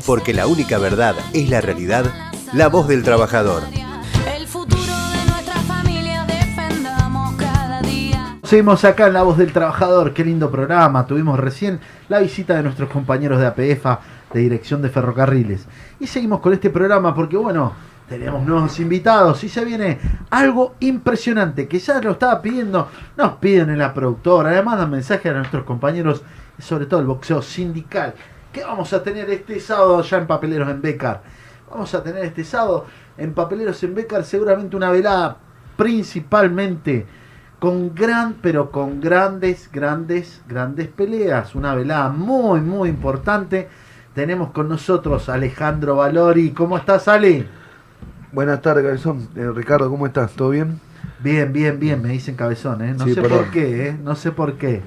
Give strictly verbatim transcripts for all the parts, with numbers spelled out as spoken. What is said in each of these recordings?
porque la única verdad es la realidad, La Voz del Trabajador. Seguimos acá en La Voz del Trabajador, qué lindo programa. Tuvimos recién la visita de nuestros compañeros de A P E F A, de Dirección de Ferrocarriles. Y seguimos con este programa porque, bueno, tenemos nuevos invitados y se viene algo impresionante que ya lo estaba pidiendo, nos piden en la productora, además mandan mensajes a nuestros compañeros, sobre todo el boxeo sindical, que vamos a tener este sábado ya en Papeleros en Bécar. Vamos a tener este sábado en Papeleros en Bécar seguramente una velada principalmente con gran, pero con grandes, grandes, grandes peleas. Una velada muy, muy importante. Tenemos con nosotros a Alejandro Valori. ¿Cómo estás, Ale? Buenas tardes, Cabezón. Eh, Ricardo, ¿cómo estás? ¿Todo bien? Bien, bien, bien. Me dicen Cabezón, ¿eh? No sí, sé perdón. por qué, ¿eh? No sé por qué.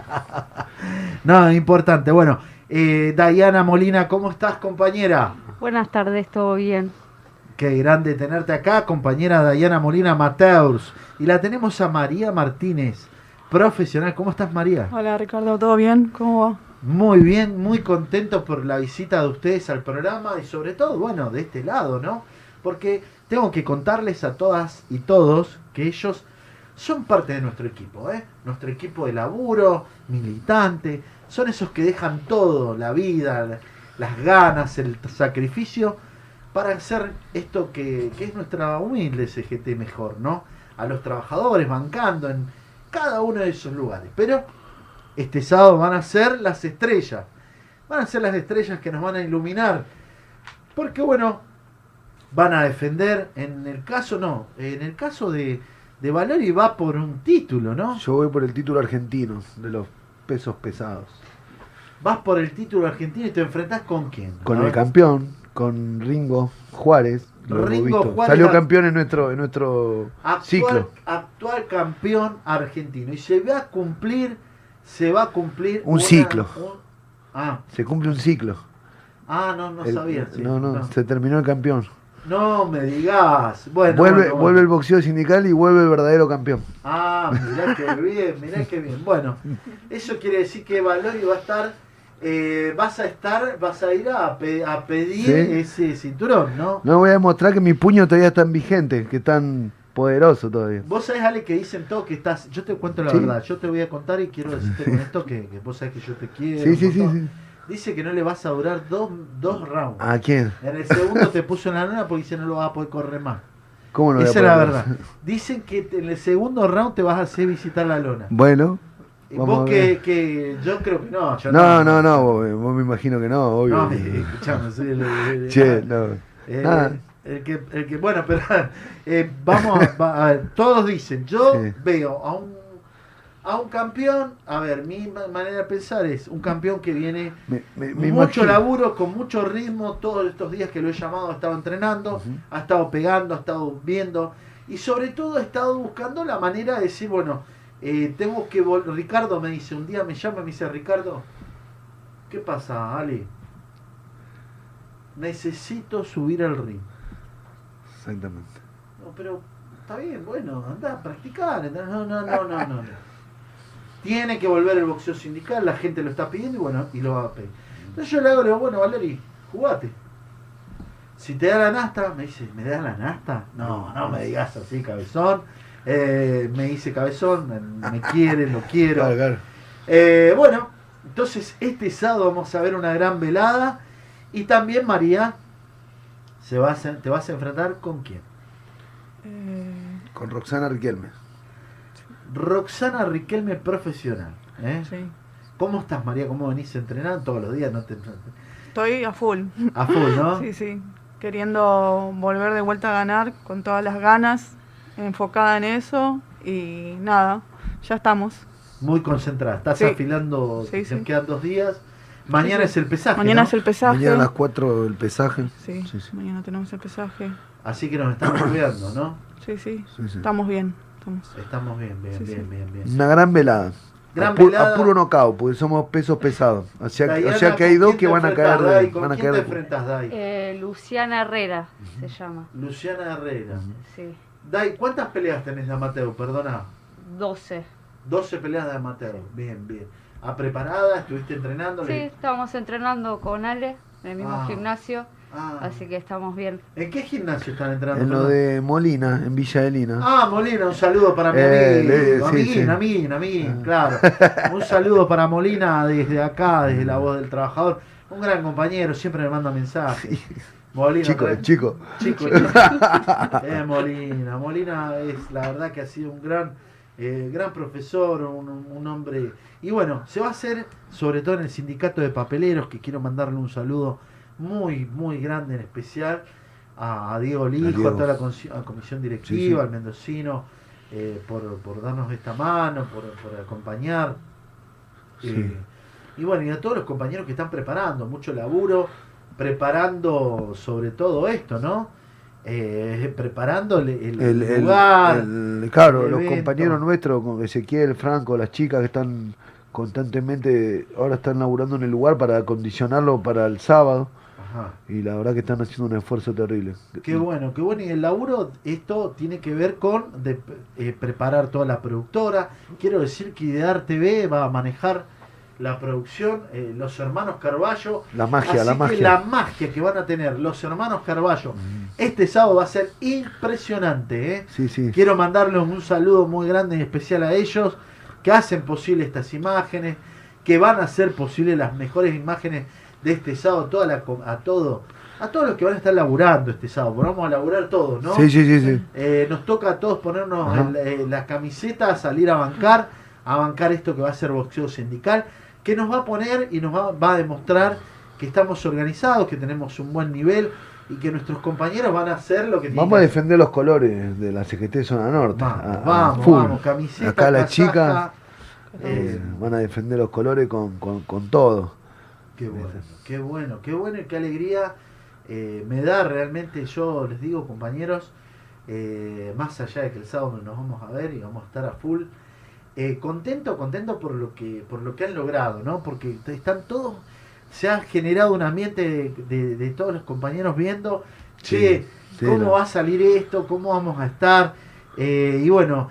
No, importante. Bueno, eh, Dayana Molina, ¿cómo estás, compañera? Buenas tardes, ¿todo bien? Qué grande tenerte acá, compañera Dayana Molina Mateus. Y la tenemos a María Martínez, profesional. ¿Cómo estás, María? Hola, Ricardo, ¿todo bien? ¿Cómo va? Muy bien, muy contento por la visita de ustedes al programa y sobre todo, bueno, de este lado, ¿no? Porque tengo que contarles a todas y todos que ellos son parte de nuestro equipo, ¿eh? Nuestro equipo de laburo, militante, son esos que dejan todo, la vida, las ganas, el sacrificio, para hacer esto que, que es nuestra humilde C G T mejor, ¿no? A los trabajadores bancando en cada uno de esos lugares. Pero este sábado van a ser las estrellas. Van a ser las estrellas que nos van a iluminar. Porque bueno, van a defender, en el caso no, en el caso de, de Valori va por un título, ¿no? Yo voy por el título argentino de los pesos pesados. Vas por el título argentino y te enfrentás con quién. Con A el ver. campeón, con Ringo Juárez. Lo hemos Ringo visto. Juárez, Salió la- campeón en nuestro, en nuestro Actual, ciclo. actual campeón argentino. Y se va a cumplir, se va a cumplir Un una- ciclo. un- ah, Se cumple un ciclo. ah, no, no El- sabía. sí, no, no, no. se terminó el campeón. No me digas. Bueno, vuelve, bueno, vuelve el bueno. boxeo sindical y vuelve el verdadero campeón. Ah, mirá que bien, mirá que bien. Bueno, eso quiere decir que Valori va a estar, eh, vas a estar, vas a ir a, pe- a pedir Sí. ese cinturón, ¿no? No voy a demostrar que mis puños todavía están vigentes, que están poderosos todavía. Vos sabés, Ale, que dicen todo que estás. Yo te cuento la Sí. verdad. Yo te voy a contar y quiero decirte con esto que, que vos sabés que yo te quiero. Sí, sí, un sí, montón. sí. Dice que no le vas a durar dos, dos rounds. ¿A quién? En el segundo te puso en la luna porque dice no lo vas a poder correr más. ¿Cómo no voy a Esa es la poder? verdad. Dicen que te- en el segundo round te vas a hacer visitar la lona. Bueno. Y Vamos vos a que, ver. que yo creo que no. Yo No, no, no, vos, vos me imagino que no, obvio. No, eh, escuchame, soy el, el- Che, el- no. eh, Nada. el que, el que, bueno, pero eh, vamos a, va- a ver, todos dicen, yo Sí. veo a un a un campeón, a ver, mi ma- manera de pensar es un campeón que viene Me, me- me mucho imagino. laburo, con mucho ritmo, todos estos días que lo he llamado, ha estado entrenando, Ujú. ha estado pegando, ha estado viendo y sobre todo ha estado buscando la manera de decir, bueno, eh, tengo que vol- Ricardo me dice, un día me llama y me dice, Ricardo, ¿qué pasa, Ale? Necesito subir al ring. Exactamente. No, pero está bien, bueno, anda a practicar. No, no, no, no, no, no. Tiene que volver el boxeo sindical, la gente lo está pidiendo y bueno, y lo va a pedir. Entonces yo le hago, le digo, bueno, Valeri, jugate. Si te da la nasta, me dice, ¿me da la nasta? No, no me digas así, cabezón. Eh, me dice cabezón, me, me quiere, lo quiero. Claro, claro. Eh, bueno, entonces este sábado vamos a ver una gran velada. Y también, María, se vas a- te vas a enfrentar con quién. Eh, Con Roxana Riquelme. Roxana Riquelme, profesional. ¿eh? sí. ¿Cómo estás, María? ¿Cómo venís entrenando todos los días? No te... Estoy a full. A full, ¿no? Sí, sí. Queriendo volver de vuelta a ganar con todas las ganas, enfocada en eso y nada, ya estamos. Muy concentrada. Estás Sí. afilando, Sí, te sí. quedan dos días. Mañana Sí, sí. es el pesaje, Mañana ¿no? es el pesaje. Mañana a las cuatro el pesaje. Sí, Sí, sí. mañana tenemos el pesaje. Así que nos estamos cuidando, ¿no? Sí, sí, Sí, sí. estamos bien. Estamos. Estamos bien, bien, Sí, bien, sí. bien, bien. Una gran velada. Gran a, pu- velada. a puro knockout, porque somos pesos pesados. O sea, que- o Dayana, sea que ¿con hay dos quién que te van a enfrentás, caer Day? de, ¿Con van a quién caer te de- enfrentas, Dai? Eh, Luciana Herrera se llama. Luciana Herrera. Sí, Dai, ¿cuántas peleas tenés de amateur? Perdona. doce. doce peleas de amateur. Bien, bien. ¿A preparada? ¿Estuviste entrenando? Sí, estábamos entrenando con Ale en el mismo Ah. gimnasio, Ah. así que estamos bien. ¿En qué gimnasio están entrando? En lo perdón? de Molina, en Villa de Lina. Ah, Molina, un saludo para mi Eh, amigo. le- sí, Amiguín, sí. amiguín, amiguín, claro. Un saludo para Molina desde acá, desde La Voz del Trabajador. Un gran compañero, siempre me manda mensajes. Molina, Chico, tra- chico. Chico, chico. Eh, Molina. Molina es la verdad que ha sido un gran, eh, gran profesor, un, un hombre. Y bueno, se va a hacer, sobre todo en el sindicato de papeleros, que quiero mandarle un saludo muy, muy grande en especial a, a Diego Lijo, a, Diego. toda la consi- a comisión directiva, Sí, sí. al mendocino, eh, por, por darnos esta mano, por, por acompañar. Sí. Eh, y bueno, y a todos los compañeros que están preparando, mucho laburo, preparando sobre todo esto, ¿no? Eh, preparando el, el El, el- lugar. el- claro, el los evento. compañeros nuestros, con Ezequiel, Franco, las chicas que están constantemente, ahora están laburando en el lugar para acondicionarlo para el sábado. Ajá. Y la verdad que están haciendo un esfuerzo terrible. Qué bueno, qué bueno. Y el laburo, esto tiene que ver con de, eh, preparar toda la productora. Quiero decir que Idear T V va a manejar la producción, eh, los hermanos Carballo. La magia, Así la que magia. la magia que van a tener los hermanos Carballo este sábado va a ser impresionante, ¿eh? Sí, sí. Quiero mandarles un saludo muy grande y especial a ellos que hacen posible estas imágenes, que van a hacer posible las mejores imágenes de este sábado, toda la, com- a todo, a todos los que van a estar laburando este sábado, porque vamos a laburar todos, ¿no? Sí, sí, sí, sí. Eh, nos toca a todos ponernos Ajá. el- eh, las camisetas, salir a bancar, a bancar esto que va a ser boxeo sindical, que nos va a poner y nos va, va a demostrar que estamos organizados, que tenemos un buen nivel y que nuestros compañeros van a hacer lo que tienen Vamos a que defender los colores de la C G T Zona Norte. Vamos, a- a vamos, full. vamos, camiseta, Acá las casaca, chicas eh, eh, van a defender los colores con, con, con todo. qué bueno, qué bueno, qué bueno y qué alegría eh, me da realmente, yo les digo compañeros, eh, más allá de que el sábado nos vamos a ver y vamos a estar a full, eh, contento, contento por lo que, por lo que han logrado, ¿no? Porque están todos, se ha generado un ambiente de, de- de todos los compañeros viendo, Sí, che, sí, cómo no. va a salir esto, cómo vamos a estar, eh, y bueno,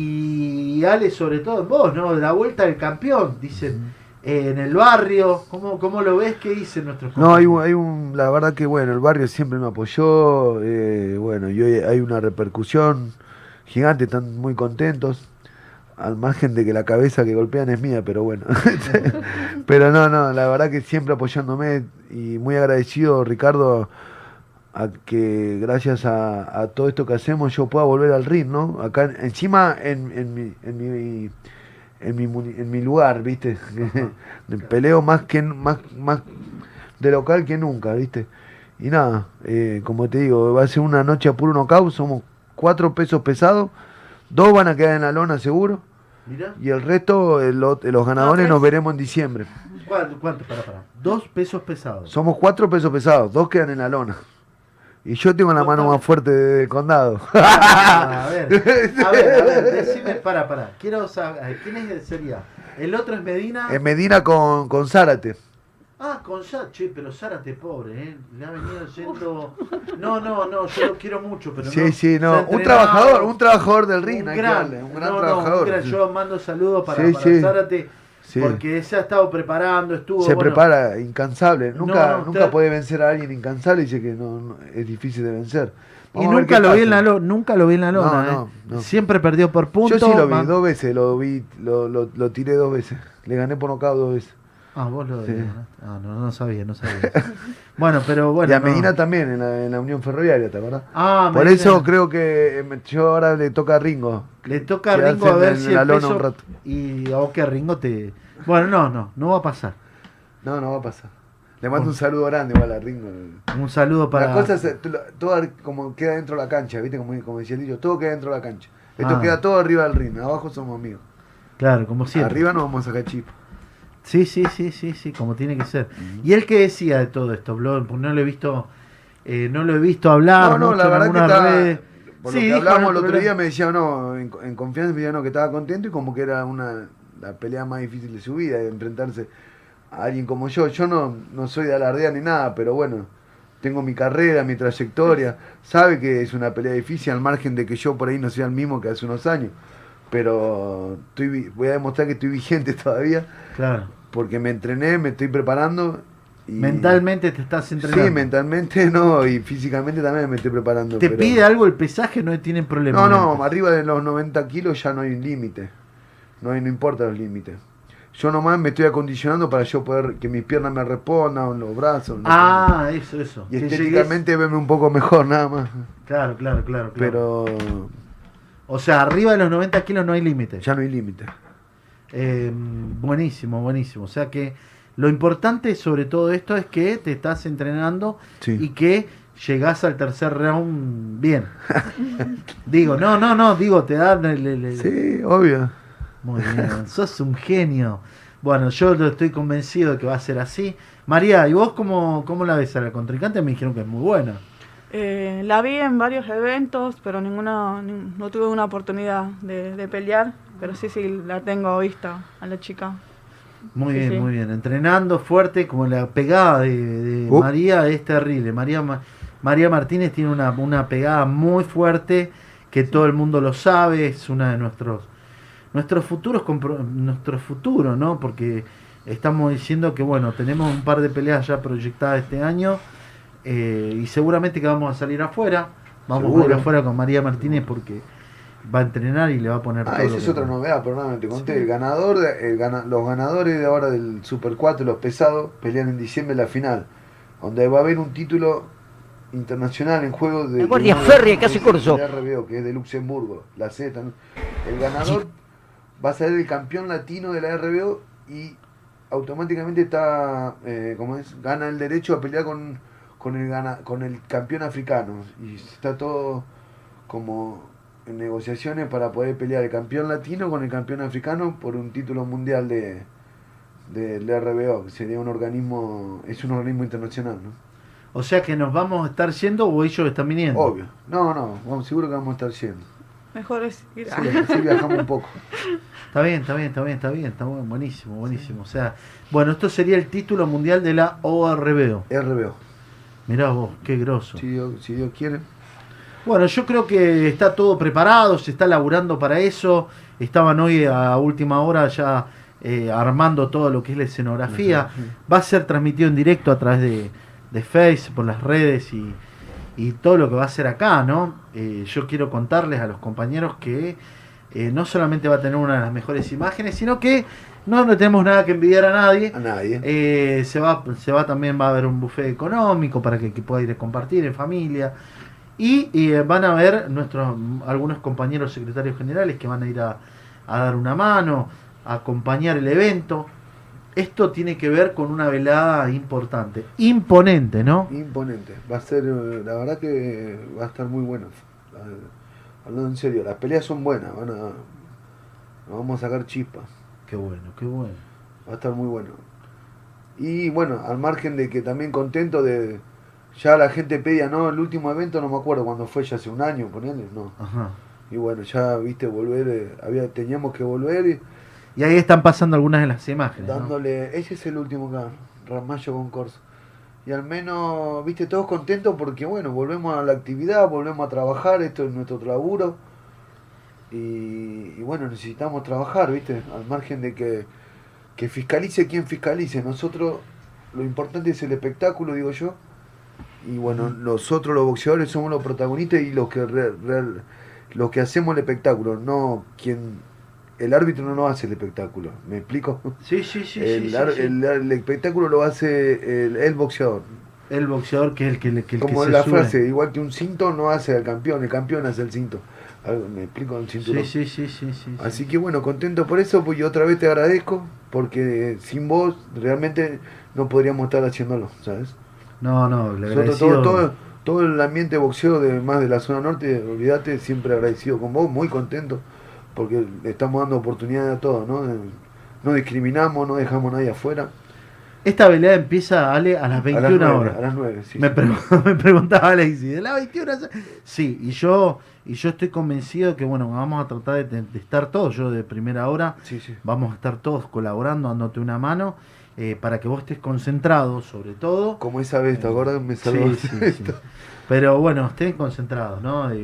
y Ale sobre todo en vos, ¿no? La vuelta del campeón, dicen, eh, en el barrio, ¿cómo, cómo lo ves? ¿Qué dicen nuestros No, hay un, compañeros? hay un, la verdad que bueno, el barrio siempre me apoyó, eh, bueno, y hoy hay una repercusión gigante, están muy contentos, al margen de que la cabeza que golpean es mía, pero bueno. Pero no, no, la verdad que siempre apoyándome y muy agradecido, Ricardo, a que gracias a, a todo esto que hacemos yo pueda volver al ring, ¿no? Acá en- encima en, en mi, en mi en mi muni- en mi lugar, ¿viste? Peleo más que más más de local que nunca, ¿viste? Y nada, eh, como te digo, va a ser una noche a puro knockout, somos cuatro pesos pesados, dos van a quedar en la lona seguro, Mirá, y el resto, el lot- los ganadores tres. nos veremos en diciembre. ¿cuánto? ¿Cuánto? Para, para. Dos pesos pesados. Somos cuatro pesos pesados, dos quedan en la lona. Y yo tengo la mano más fuerte del condado. Ah, a ver, a ver, a ver, decime, para, para. Quiero saber, ¿quién es, sería? El otro es Medina. En Medina con, con Zárate. Ah, con Zárate, che, pero Zárate pobre, ¿eh? Le ha venido yendo. No, no, no, yo lo quiero mucho, pero no. Sí, sí, se ha no. Un entrenado. trabajador, un trabajador del ring, Un hay que gran, darle, un gran no, no, trabajador. un gran. Sí. Yo mando saludos para, Sí, para sí. Zárate, Sí. porque se ha estado preparando, estuvo. Se bueno, prepara incansable. Nunca, No, no, nunca usted- puede vencer a alguien incansable y dice que no, no- es difícil de vencer. Y Vamos a ver nunca qué lo vi pasa. en la lona, nunca lo vi en la lona, No, no, ¿eh? no. Siempre perdió por punto. Yo sí lo vi, man- dos veces lo vi, lo, lo, lo tiré dos veces. Le gané por nocaut dos veces. Ah, vos lo Sí. ganaste. Ah, no, no sabía, no sabía. Bueno, pero bueno. y a no. Medina también, en la, en la Unión Ferroviaria, ¿te acordás? Ah, Por Medina. eso creo que eh, me- yo ahora le toca a Ringo. Le toca a quedarse Ringo a ver en- si en la el lona peso un rato. y a vos que Ringo te... Bueno, no, no, no va a pasar. No, no va a pasar. Le mando Bueno. un saludo grande igual a Ringo. Un saludo para... La cosa es, eh, tú- todo como queda dentro de la cancha, ¿viste? Como, como decía el dicho, todo queda dentro de la cancha. Esto Ah. queda todo arriba del ring, abajo somos amigos. Claro, como siempre. Arriba nos vamos a sacar chip. Sí, sí, sí, sí, sí, como tiene que ser. ¿Y él qué decía de todo esto, Blog? Porque no lo he visto, eh, no lo he visto hablar No, no, mucho la en verdad que algunas estaba, redes. por Sí, lo que dijo hablábamos en el otro programa. día me decía, no, en, en confianza me decía no, que estaba contento y como que era una la pelea más difícil de su vida, de enfrentarse a alguien como yo. Yo no, no soy de alardear ni nada, pero bueno, tengo mi carrera, mi trayectoria, sabe que es una pelea difícil al margen de que yo por ahí no sea el mismo que hace unos años, pero estoy, vi- voy a demostrar que estoy vigente todavía Claro. porque me entrené, me estoy preparando Y Mentalmente te estás entrenando. Sí, mentalmente no, y físicamente también me estoy preparando. ¿Te pero... pide algo el pesaje? No tienen problema. No, no, arriba de los noventa kilos ya no hay un límite. No, hay, no importa los límites. Yo nomás me estoy acondicionando para yo poder que mis piernas me respondan, los brazos. No ah, sé. eso, eso. Y que estéticamente llegues... verme un poco mejor, nada más. Claro, claro, claro, claro. Pero... O sea, arriba de los noventa kilos no hay límite. Ya no hay límite. Eh, buenísimo, buenísimo. O sea que lo importante sobre todo esto es que te estás entrenando sí. y que llegás al tercer round bien. digo, no, no, no, digo, te dan el, el, el... Sí, obvio. Muy bien, sos un genio. Bueno, yo estoy convencido de que va a ser así. María, ¿y vos cómo, cómo la ves a la contrincante? Me dijeron que es muy buena. Eh, la vi en varios eventos, pero ninguna ni, no tuve una oportunidad de, de pelear. Pero sí, sí, la tengo vista a la chica. Muy sí, bien, sí. muy bien. Entrenando fuerte, como la pegada de, de uh. María es terrible. María, María Martínez tiene una, una pegada muy fuerte que todo el mundo lo sabe. Es una de nuestros nuestros futuros nuestro futuro, ¿no? Porque estamos diciendo que bueno, tenemos un par de peleas ya proyectadas este año eh, y seguramente que vamos a salir afuera. Vamos ¿Seguro? a ir afuera con María Martínez porque va a entrenar y le va a poner ah, todo. Esa es otra novedad, perdón, te conté. Sí. El ganador, de, el gana, los ganadores de ahora del Super cuatro, los pesados, pelean en diciembre la final, donde va a haber un título internacional en juego de. La Guardia Férrea que hace curso. De R B O, que es de Luxemburgo, la Z. El ganador va a ser el campeón latino de la R B O y automáticamente está, eh, como es, gana el derecho a pelear con, con, el, gana, con el campeón africano. Y está todo como en negociaciones para poder pelear el campeón latino con el campeón africano por un título mundial de del de R B O, que sería un organismo, es un organismo internacional, ¿no? O sea que nos vamos a estar yendo o ellos están viniendo. Obvio. No, no, vamos, seguro que vamos a estar yendo. Mejor es ir a... Sí, sí, viajamos un poco. Está bien, está bien, está bien, está bien, está bueno, buenísimo, buenísimo. O sea, bueno, esto sería el título mundial de la O R B O. R B O. Mirá vos, qué grosso. Si Dios, si Dios quiere. Bueno, yo creo que está todo preparado, se está laburando para eso. Estaban hoy a última hora ya eh, armando todo lo que es la escenografía. Sí, sí. Va a ser transmitido en directo a través de, de Face, por las redes y... y todo lo que va a hacer acá, ¿no? Eh, yo quiero contarles a los compañeros que eh, no solamente va a tener una de las mejores imágenes, sino que no le tenemos nada que envidiar a nadie. A nadie. Eh, se va, se va también va a haber un buffet económico para que, que pueda ir a compartir en familia. Y, y eh, van a ver nuestros algunos compañeros secretarios generales que van a ir a, a dar una mano, a acompañar el evento. Esto tiene que ver con una velada importante, imponente, ¿no? Imponente. Va a ser, la verdad que va a estar muy bueno. Hablando en serio, las peleas son buenas, van a, nos vamos a sacar chispas. Qué bueno, qué bueno. Va a estar muy bueno. Y bueno, al margen de que también contento de, ya la gente pedía, no, el último evento no me acuerdo cuándo fue, ya hace un año, ponele, no. Ajá. Y bueno, ya viste, volver, eh, había, teníamos que volver y... Y ahí están pasando algunas de las imágenes. Dándole, ¿no? Ese es el último que Ramallo con Corso. Y al menos, viste, todos contentos porque, bueno, volvemos a la actividad, volvemos a trabajar, esto es nuestro laburo. Y, y bueno, necesitamos trabajar, viste, al margen de que, que fiscalice quien fiscalice. Nosotros, lo importante es el espectáculo, digo yo. Y bueno, nosotros los boxeadores somos los protagonistas y los que, re, real, los que hacemos el espectáculo, no quien... El árbitro no nos hace el espectáculo, ¿me explico? Sí, sí, sí. El, sí, ar, sí, el, el espectáculo lo hace el, el boxeador. El boxeador que es el que, que, el Como que la se sube. frase, igual que un cinto no hace al campeón, el campeón hace el cinto. ¿Me explico? El cinturón. Sí, sí, sí, sí, sí. Así que bueno, contento por eso, pues yo otra vez te agradezco, porque sin vos realmente no podríamos estar haciéndolo, ¿sabes? No, no, le Nosotros todo, todo, todo el ambiente boxeo de más de la zona norte, olvídate, siempre agradecido con vos, muy contento. Porque le estamos dando oportunidades a todos, ¿no? No discriminamos, no dejamos a nadie afuera. Esta velada empieza, Ale, a las veintiuna horas. A las nueve, sí. Me, pre me preguntaba Ale, ¿sí? ¿De las veintiuna? Sí, y yo, y yo estoy convencido de que, bueno, vamos a tratar de, de estar todos, yo de primera hora, sí, sí. Vamos a estar todos colaborando, dándote una mano, eh, para que vos estés concentrado, sobre todo. Como esa vez, ¿te acuerdas? Me salvó. Sí, sí, sí. Pero bueno, estén concentrados, ¿no? Eh,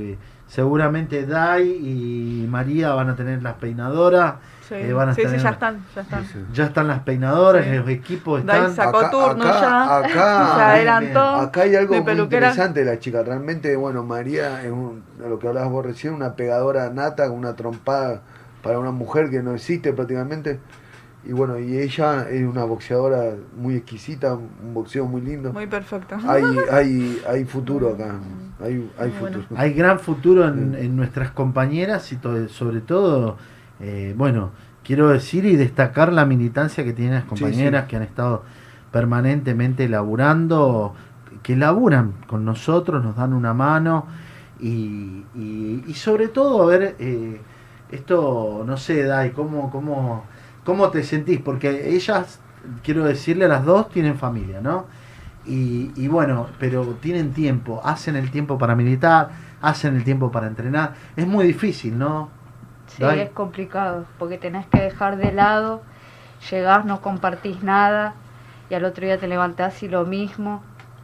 seguramente Dai y María van a tener las peinadoras. Sí, eh, van a sí, sí, tener- ya están, ya están. Sí, sí. Ya están las peinadoras, Sí. los equipos Dai están. sacó Acá- turno acá- ya, acá- se Ah, adelantó. Acá hay algo mi muy peluquera. interesante de la chica. Realmente, bueno, María es un, de lo que hablabas vos recién, una pegadora nata, una trompada para una mujer que no existe prácticamente. Y bueno, y ella es una boxeadora muy exquisita, un boxeo muy lindo. Muy perfecta. Hay, hay, hay futuro acá, hay, hay Muy bueno. futuro. Hay gran futuro en, Sí. en nuestras compañeras y to- sobre todo, eh, bueno, quiero decir y destacar la militancia que tienen las compañeras Sí, sí. que han estado permanentemente laburando, que laburan con nosotros, nos dan una mano y, y, y sobre todo, a ver, eh, esto, no sé, Dai, ¿cómo, cómo, ¿cómo te sentís? Porque ellas, quiero decirle a las dos, tienen familia, ¿no? Y, y bueno, pero tienen tiempo, hacen el tiempo para militar, hacen el tiempo para entrenar. Es muy difícil, ¿no? Sí, Dai. es complicado, porque tenés que dejar de lado, llegás, no compartís nada, y al otro día te levantás y lo mismo.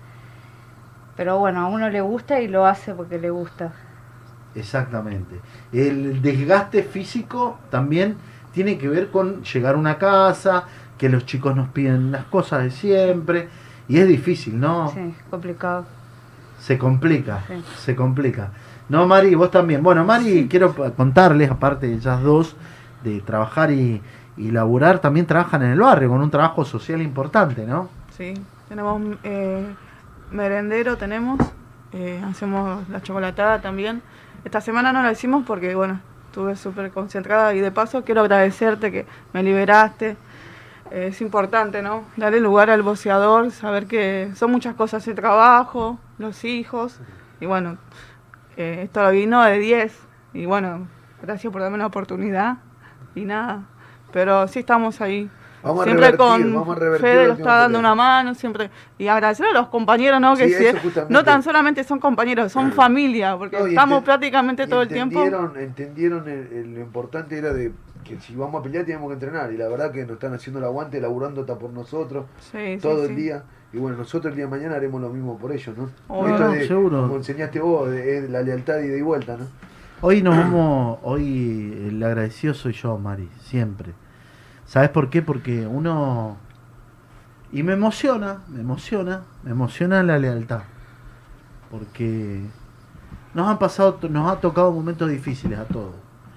Pero bueno, a uno le gusta y lo hace porque le gusta. Exactamente. El desgaste físico también tiene que ver con llegar a una casa, que los chicos nos piden las cosas de siempre, y es difícil, ¿no? Sí, complicado. Se complica, Sí. se complica. No, Mari, vos también. Bueno, Mari, quiero p- contarles, aparte de ellas dos, de trabajar y, y laburar, también trabajan en el barrio, con un trabajo social importante, ¿no? Sí, tenemos eh, merendero, tenemos, eh, hacemos la chocolatada también. Esta semana no la hicimos porque, bueno, estuve súper concentrada y de paso quiero agradecerte que me liberaste. Eh, es importante, ¿no? Darle lugar al boxeador, saber que son muchas cosas el trabajo, los hijos, y bueno, eh, esto vino de diez, y bueno, gracias por darme la oportunidad, y nada, pero sí estamos ahí. Vamos a Siempre revertir, con vamos a revertir Fede la lo última está dando pelea. una mano, siempre. Y agradecer a los compañeros, ¿no? Que Sí, sí, eso justamente. no tan solamente son compañeros, son familia, porque No, y estamos enten- prácticamente y todo el tiempo. entendieron, Entendieron el- el- lo importante era de que si vamos a pelear teníamos que entrenar. Y la verdad que nos están haciendo el aguante, laburando hasta por nosotros, Sí, sí, todo sí. el día. Y bueno, nosotros el día de mañana haremos lo mismo por ellos, ¿no? Obvio. Esto No, es de- seguro. Como enseñaste vos, de- es la lealtad y de vuelta, ¿no? Hoy nos vamos, hoy el agradecido soy yo, Mari, siempre. ¿Sabes por qué? Porque uno... Y me emociona, me emociona, me emociona la lealtad. Porque nos han pasado, nos ha tocado momentos difíciles a todos.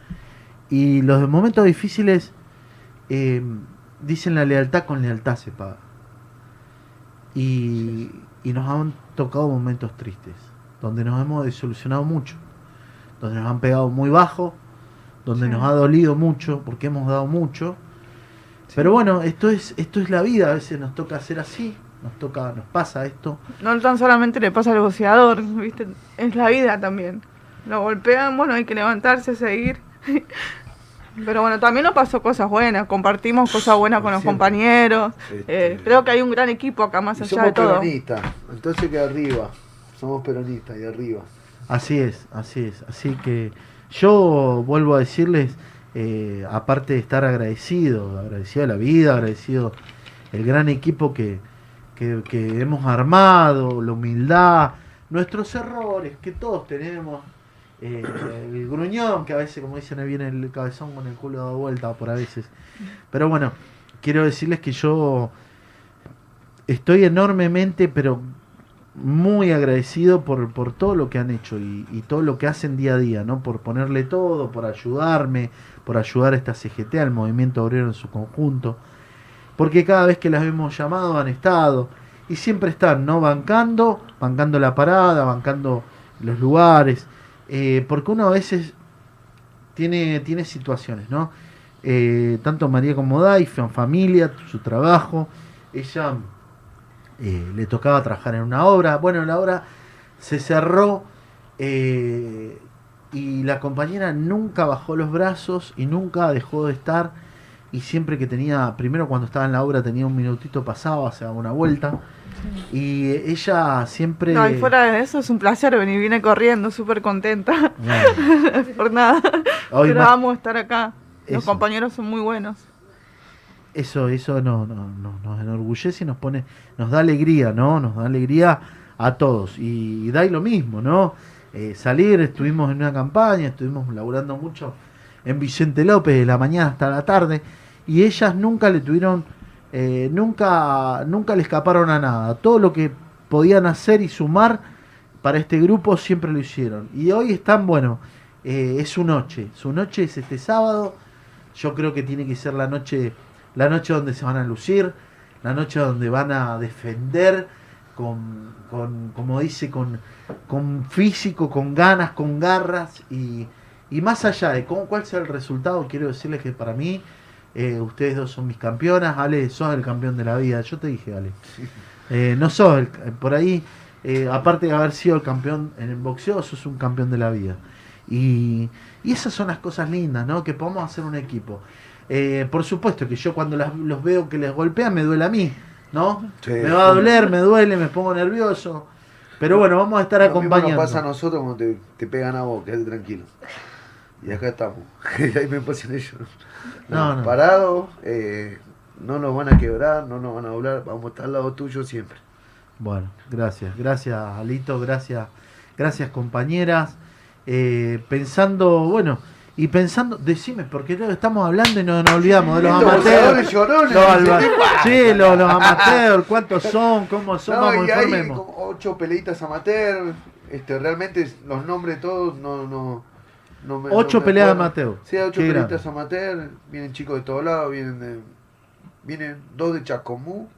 Y los momentos difíciles, eh, dicen la lealtad con lealtad se paga. Y, y nos han tocado momentos tristes, donde nos hemos desilusionado mucho, donde nos han pegado muy bajo, donde Sí. nos ha dolido mucho, porque hemos dado mucho. Pero bueno, esto es, esto es la vida, a veces nos toca hacer así, nos toca, nos pasa esto. No tan solamente le pasa al boxeador, ¿viste? Es la vida también. Lo golpean, bueno, hay que levantarse, seguir. Pero bueno, también nos pasó cosas buenas, compartimos cosas buenas con los Siempre. compañeros. Este- Eh, creo que hay un gran equipo acá, más Y allá somos de todo. peronistas, entonces que arriba. Somos peronistas y arriba. Así es, así es. Así que yo vuelvo a decirles, eh, aparte de estar agradecido, agradecido a la vida, agradecido el gran equipo que, que, que hemos armado, la humildad, nuestros errores que todos tenemos, eh, el gruñón que a veces, como dicen, ahí viene el cabezón con el culo dado vuelta por a veces. Pero bueno, quiero decirles que yo estoy enormemente, pero muy agradecido por, por todo lo que han hecho y, y todo lo que hacen día a día, ¿no? Por ponerle todo, por ayudarme, por ayudar a esta C G T, al movimiento obrero en su conjunto. Porque cada vez que las hemos llamado han estado y siempre están, ¿no? Bancando, bancando la parada, bancando los lugares. Eh, porque uno a veces tiene, tiene situaciones, ¿no? Eh, tanto María como Dai, en familia, su trabajo. Ella... Eh, le tocaba trabajar en una obra, bueno, la obra se cerró, eh, y la compañera nunca bajó los brazos y nunca dejó de estar, y siempre que tenía, primero cuando estaba en la obra tenía un minutito pasado, hacía una vuelta, y ella siempre... No, y fuera de eso es un placer venir, vine corriendo, súper contenta. Bueno, Por nada. Hoy Pero más- vamos a estar acá. Los Eso. compañeros son muy buenos. Eso, eso no, no, no- nos enorgullece y nos pone, nos da alegría, ¿no? Nos da alegría a todos. Y, y Dai lo mismo, ¿no? eh, salir, estuvimos en una campaña, estuvimos laburando mucho en Vicente López de la mañana hasta la tarde, y ellas nunca le tuvieron, eh, nunca, nunca le escaparon a nada. Todo lo que podían hacer y sumar para este grupo siempre lo hicieron. Y hoy están, bueno, eh, es su noche. Su noche es este sábado. Yo creo que tiene que ser la noche, la noche donde se van a lucir, la noche donde van a defender con, con como dice, con, con físico, con ganas, con garras, y, y más allá de cómo, cuál sea el resultado, quiero decirles que para mí, eh, ustedes dos son mis campeonas. Ale, sos el campeón de la vida. Yo te dije, Ale. Eh, no sos el, por ahí, eh, aparte de haber sido el campeón en el boxeo, sos un campeón de la vida. Y, y esas son las cosas lindas, ¿no? Que podamos hacer un equipo. Eh, por supuesto que yo cuando las, los veo que les golpean, me duele a mí, ¿no? Sí. Me va a doler, me duele, me pongo nervioso. Pero bueno, vamos a estar Lo mismo acompañando. nos pasa a nosotros cuando te, te pegan a vos, quédate tranquilo. Y acá estamos. Y ahí me pasan ellos. No, No, no. Parados, eh, no nos van a quebrar, no nos van a doblar, vamos a estar al lado tuyo siempre. Bueno, gracias, gracias Alito, gracias, gracias compañeras. Eh, pensando, bueno, y pensando, decime, porque no estamos hablando y no nos olvidamos de los Estos amateurs. boxeadores llorones, Los alba- ¿qué pasa? sí, los, los amateurs, ¿cuántos son? ¿Cómo son? No, Vamos, y hay informemos. como ocho peleitas amateur, este, realmente los nombres de todos no, no, no me Ocho no me peleas acuerdo. amateur. Sí, ocho Qué peleitas grande. amateur, vienen chicos de todos lados, vienen de, vienen dos de Chacomú,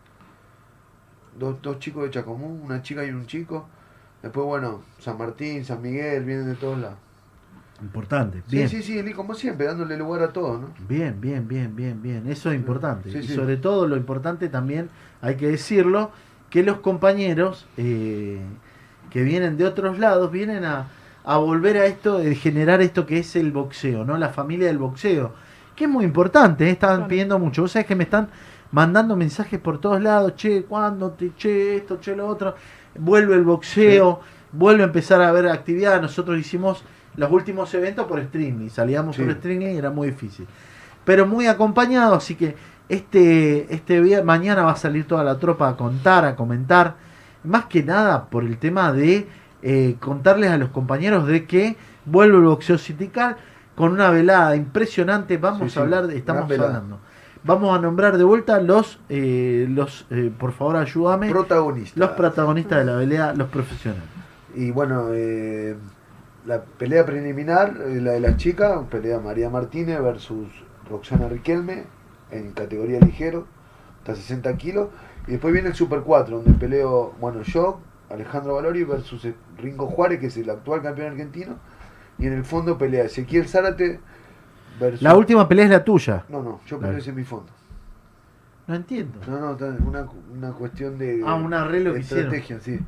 dos, dos chicos de Chacomú, una chica y un chico. Después, bueno, San Martín, San Miguel, vienen de todos lados. Importante, Sí, bien. sí, sí, Eli, como siempre, dándole lugar a todos, ¿no? Bien, bien, bien, bien, bien. Eso es importante. Sí, y sí. sobre todo lo importante también, hay que decirlo, que los compañeros eh, que vienen de otros lados vienen a, a volver a esto, de generar esto que es el boxeo, ¿no? La familia del boxeo, que es muy importante, ¿eh? Estaban Claro. pidiendo mucho. Vos sabés que me están mandando mensajes por todos lados, che, ¿cuándo? Te, che, esto, che, lo otro. Vuelve el boxeo, vuelve a empezar a haber actividad. Nosotros hicimos los últimos eventos por streaming, salíamos Sí. por streaming y era muy difícil. Pero muy acompañado, así que este, este día, mañana va a salir toda la tropa a contar, a comentar, más que nada por el tema de eh, contarles a los compañeros de que vuelve el boxeo sindical con una velada impresionante. Vamos Sí, sí, a hablar, de, estamos gran velada. hablando. Vamos a nombrar de vuelta los, eh, los eh, por favor ayúdame, Protagonistas. los protagonistas de la velada, los profesionales. Y bueno, eh, la pelea preliminar, eh, la de las chicas, pelea María Martínez versus Roxana Riquelme en categoría ligero, hasta sesenta kilos. Y después viene el Super cuatro, donde peleo, bueno, yo, Alejandro Valori versus Ringo Juárez, que es el actual campeón argentino. Y en el fondo pelea Ezequiel Zárate versus... La última pelea es la tuya. No, no, yo Dale. peleo semifondo. No entiendo. No, no, está- una, una cuestión de... Ah, un arreglo que hicieron. estrategia, sí.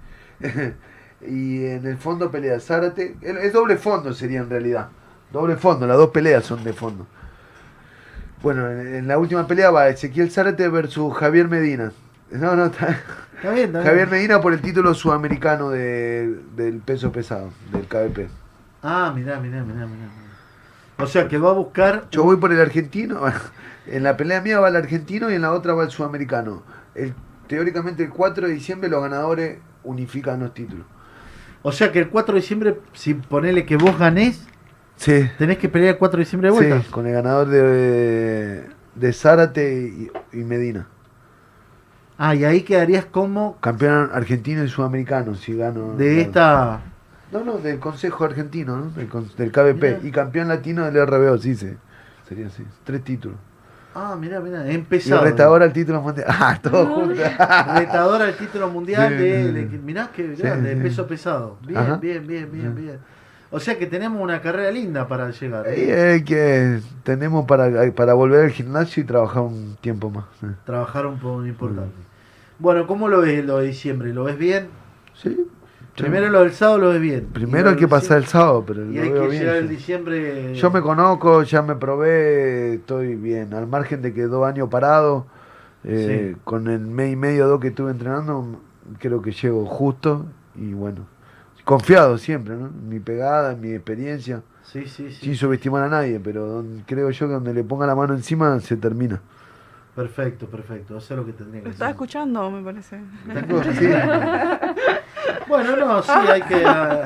Y en el fondo pelea Zárate. Es es doble fondo sería en realidad. Doble fondo, las dos peleas son de fondo. Bueno, en, en la última pelea va Ezequiel Zárate versus Javier Medina. No, no, está... Está bien, está bien. Javier Medina por el título sudamericano de, del peso pesado, del K B P. Ah, mirá, mirá, mirá, mirá. O sea que va a buscar. Yo voy por el argentino. En la pelea mía va el argentino y en la otra va el sudamericano. El, teóricamente el cuatro de diciembre los ganadores unifican los títulos. O sea que el cuatro de diciembre, si ponele que vos ganés, Sí. tenés que pelear el cuatro de diciembre de vuelta. Sí, con el ganador de, de Zárate y, y Medina. Ah, y ahí quedarías como Campeón argentino y sudamericano, si gano. de gano. esta. No, no, del Consejo Argentino, ¿no? Del, con- del K B P. Mirá. Y campeón latino del R B O, sí, sí. Sería así. Tres títulos. Ah, mirá, mirá, Y el empezado. retador al título mundial. Ah, todo junto. Retador al título mundial Sí, de, sí, de- sí. mirá que Sí, grande, sí. peso pesado. Bien, Ajá. bien, bien, bien, Sí. bien. O sea que tenemos una carrera linda para llegar. ¿eh? Y es que tenemos para, para volver al gimnasio y trabajar un tiempo más. Sí. Trabajar un poco importante. Mm. Bueno, ¿cómo lo ves lo de diciembre? ¿Lo ves bien? Sí. Primero lo del sábado lo ves bien. Y Primero lo hay que del pasar el diciembre- sábado, pero Y lo hay veo que bien. llegar sí. el diciembre. Yo me conozco, ya me probé, estoy bien. Al margen de que dos años parado, eh, Sí. con el mes y medio o dos que estuve entrenando, creo que llego justo y bueno, confiado siempre, ¿no? En mi pegada, en mi experiencia, Sí, sí, sí. sin subestimar a nadie, pero donde, creo yo que donde le ponga la mano encima se termina. Perfecto, perfecto. Eso es lo que tendría que Lo hacer. estaba escuchando, me parece. Sí. Bueno, no, sí, hay que. ah,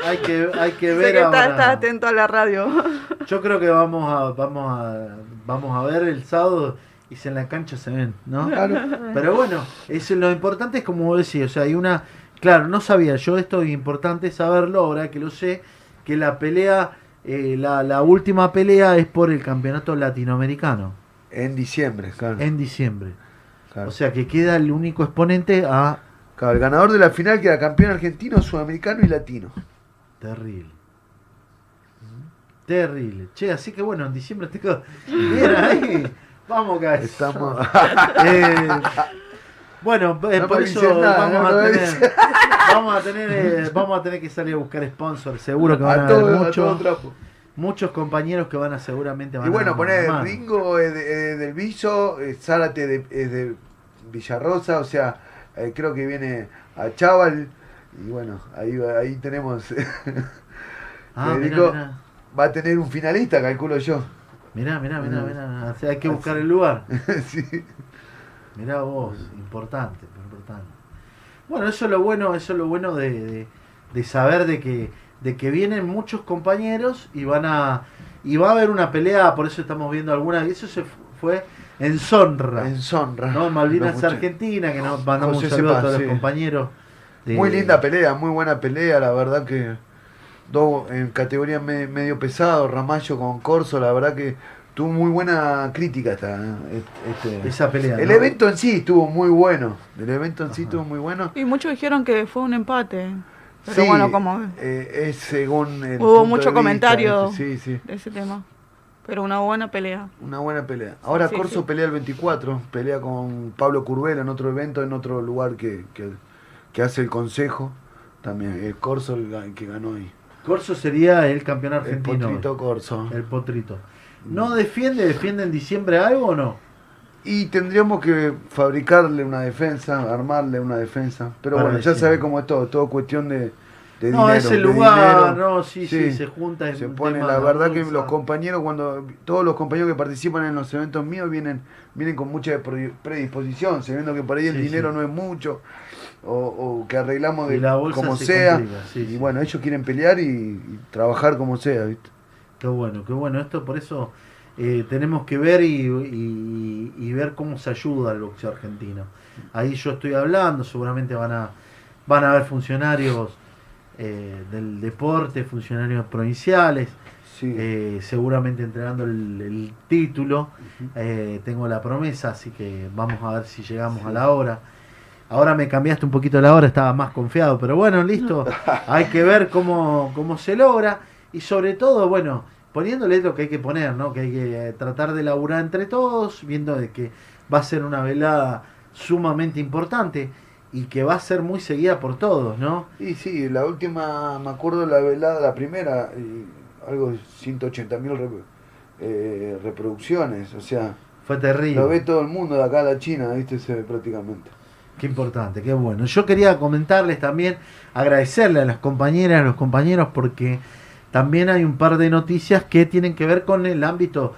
hay que, hay que Sé ver que ahora. está, está atento a la radio. Yo creo que vamos a, vamos a, vamos a ver el sábado y si en la cancha se ven, ¿no? Claro. Pero bueno, es, lo importante es como vos decís, o sea, hay una, claro, no sabía yo esto, es importante saberlo, ahora que lo sé, que la pelea, eh, la, la última pelea es por el campeonato latinoamericano, En diciembre, claro. en diciembre. claro. O sea que queda el único exponente a... Claro, el ganador de la final queda campeón argentino, sudamericano y latino. Terrible. Terrible. Che, así que bueno, en diciembre te quedo bien ahí. Vamos, guys. Estamos. Eh, bueno, eh, No por me eso dices nada, vamos, no a me tener, dices. vamos a tener eh, vamos a tener que salir a buscar sponsors. Seguro que van a, a haber todo, a todo muchos, trapo. muchos compañeros que van a seguramente van Y bueno, a poner armar. Ringo es de- es del Viso, eh, Zárate de- es de Villarrosa, o sea, eh, creo que viene a Chaval. Y bueno, ahí, va- ahí tenemos. Ah, mirá, Federico mirá. va a tener un finalista, calculo yo. Mirá, mirá, mirá, Mm. mirá. O sea, hay que buscar el lugar. Sí. Mirá vos, importante, importante. Bueno, eso es lo bueno, eso es lo bueno de, de, de saber de que, de que vienen muchos compañeros y van a y va a haber una pelea, por eso estamos viendo alguna, y eso se fu- fue en Sonra, En Sonra. ¿no? Malvinas Los muchachos. Argentina, que nos mandamos José un saludo a Cepaz, todos sí. los compañeros. de- Muy linda pelea, muy buena pelea, la verdad que dos en categoría me- medio pesado, Ramallo con Corso, la verdad que tuvo muy buena crítica esta, ¿eh? este, esa pelea. el ¿no? evento en sí estuvo muy bueno, el evento en sí Ajá. estuvo muy bueno. Y muchos dijeron que fue un empate. Pero Sí, bueno, como eh, es según el hubo punto mucho de vista, comentario este, sí, sí, de ese tema. Pero una buena pelea. una buena pelea. Ahora Sí, Corso sí. pelea el veinticuatro, pelea con Pablo Curbelo en otro evento, en otro lugar que, que, que hace el consejo, también el Corso el ga- que ganó ahí. Corso sería el campeón El argentino. Potrito Corso. El potrito. ¿No defiende, defiende en diciembre algo o no? Y tendríamos que fabricarle una defensa, armarle una defensa. Pero Para bueno, ya diciembre. sabe cómo es todo, todo cuestión de, de No, dinero. es el de lugar, dinero. no, sí, sí, se junta. es Se un pone, tema la de verdad que bolsa. los compañeros, cuando todos los compañeros que participan en los eventos míos vienen, vienen con mucha pre- predisposición, sabiendo que por ahí el Sí, dinero sí. no es mucho, o, o que arreglamos Y de la bolsa como se sea. complica, sí, y sí. bueno, ellos quieren pelear y, y trabajar como sea, ¿viste? Qué bueno, qué bueno. Esto por eso eh, tenemos que ver y, y- y ver cómo se ayuda al boxeo argentino. Ahí yo estoy hablando, seguramente van a van a haber funcionarios eh, del deporte, funcionarios provinciales, Sí. eh, seguramente entregando el, el título. Eh, tengo la promesa, así que vamos a ver si llegamos a la hora. Ahora me cambiaste un poquito la hora, estaba más confiado, pero bueno, listo. Hay que ver cómo, cómo se logra y sobre todo, bueno, poniéndole lo que hay que poner, ¿no? Que hay que eh, tratar de laburar entre todos, viendo de que va a ser una velada sumamente importante y que va a ser muy seguida por todos, ¿no? Y sí, la última, me acuerdo de la velada, la primera, y algo de ciento ochenta mil eh, reproducciones, o sea, Fue terrible. lo ve todo el mundo de acá a la China, ¿viste? Se ve prácticamente. Qué importante, qué bueno. Yo quería comentarles también, agradecerle a las compañeras, a los compañeros, porque también hay un par de noticias que tienen que ver con el ámbito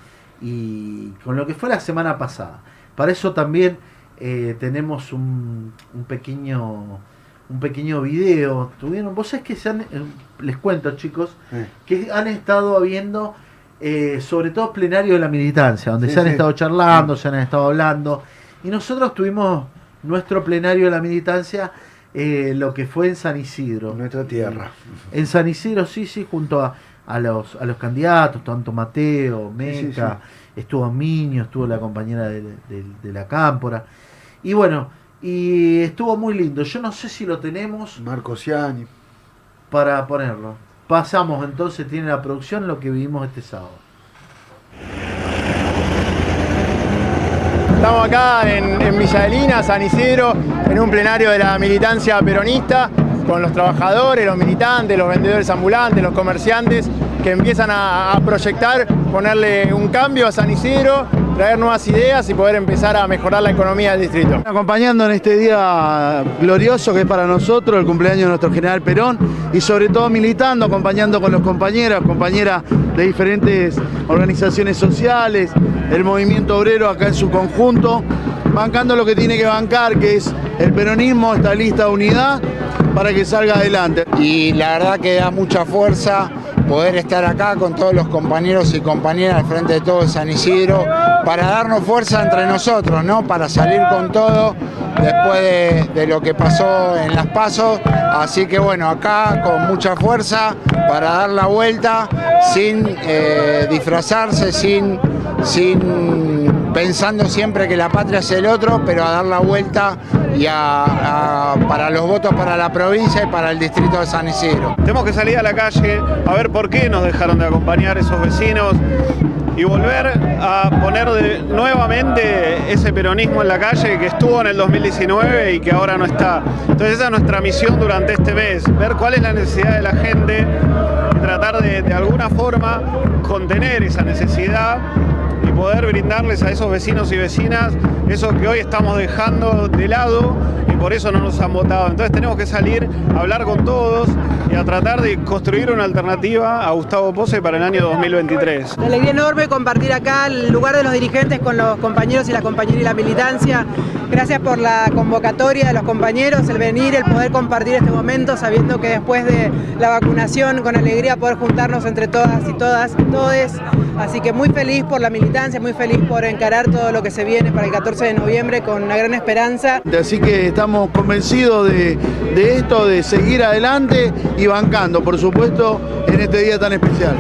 y con lo que fue la semana pasada. Para eso también eh, tenemos un, un pequeño un pequeño video. Tuvieron, vos sabés que se han, eh, les cuento, chicos, Eh. que han estado habiendo eh, sobre todo plenarios de la militancia, donde Sí, se han sí. estado charlando, Sí. se han estado hablando, y nosotros tuvimos nuestro plenario de la militancia, eh, lo que fue en San Isidro. En nuestra tierra. En San Isidro, sí, sí, junto a, a los a los candidatos, tanto Mateo, Meca, Sí, estuvo Miño, estuvo la compañera de, de- de la Cámpora. Y bueno, y estuvo muy lindo. Yo no sé si lo tenemos Marco Ciani. para ponerlo. Pasamos entonces, tiene la producción, lo que vivimos este sábado. Estamos acá en, en Villa Adelina, San Isidro, en un plenario de la militancia peronista, con los trabajadores, los militantes, los vendedores ambulantes, los comerciantes, que empiezan a, a proyectar, ponerle un cambio a San Isidro, traer nuevas ideas y poder empezar a mejorar la economía del distrito. Acompañando en este día glorioso que es para nosotros, el cumpleaños de nuestro general Perón, y sobre todo militando, acompañando con los compañeros, compañeras de diferentes organizaciones sociales, el movimiento obrero acá en su conjunto, bancando lo que tiene que bancar, que es el peronismo, esta lista de unidad, para que salga adelante. Y la verdad que da mucha fuerza poder estar acá con todos los compañeros y compañeras al frente de todo San Isidro para darnos fuerza entre nosotros, ¿no? Para salir con todo después de, de lo que pasó en las PASO. Así que bueno, acá con mucha fuerza para dar la vuelta sin eh, disfrazarse, sin, sin pensando siempre que la patria es el otro, pero a dar la vuelta y a, a, para los votos para la provincia y para el distrito de San Isidro. Tenemos que salir a la calle a ver por qué nos dejaron de acompañar esos vecinos y volver a poner de, nuevamente ese peronismo en la calle que estuvo en el dos mil diecinueve y que ahora no está. Entonces esa es nuestra misión durante este mes, ver cuál es la necesidad de la gente y tratar de, de alguna forma contener esa necesidad y poder brindarles a esos vecinos y vecinas eso que hoy estamos dejando de lado y por eso no nos han votado. Entonces tenemos que salir a hablar con todos y a tratar de construir una alternativa a Gustavo Posse para el año dos mil veintitrés. Una alegría enorme compartir acá el lugar de los dirigentes con los compañeros y las compañeras y la militancia. Gracias por la convocatoria de los compañeros, el venir, el poder compartir este momento, sabiendo que después de la vacunación, con alegría poder juntarnos entre todas y todas, todes. Así que muy feliz por la militancia, muy feliz por encarar todo lo que se viene para el catorce de noviembre con una gran esperanza. Así que estamos convencidos de, de esto, de seguir adelante y bancando, por supuesto, en este día tan especial.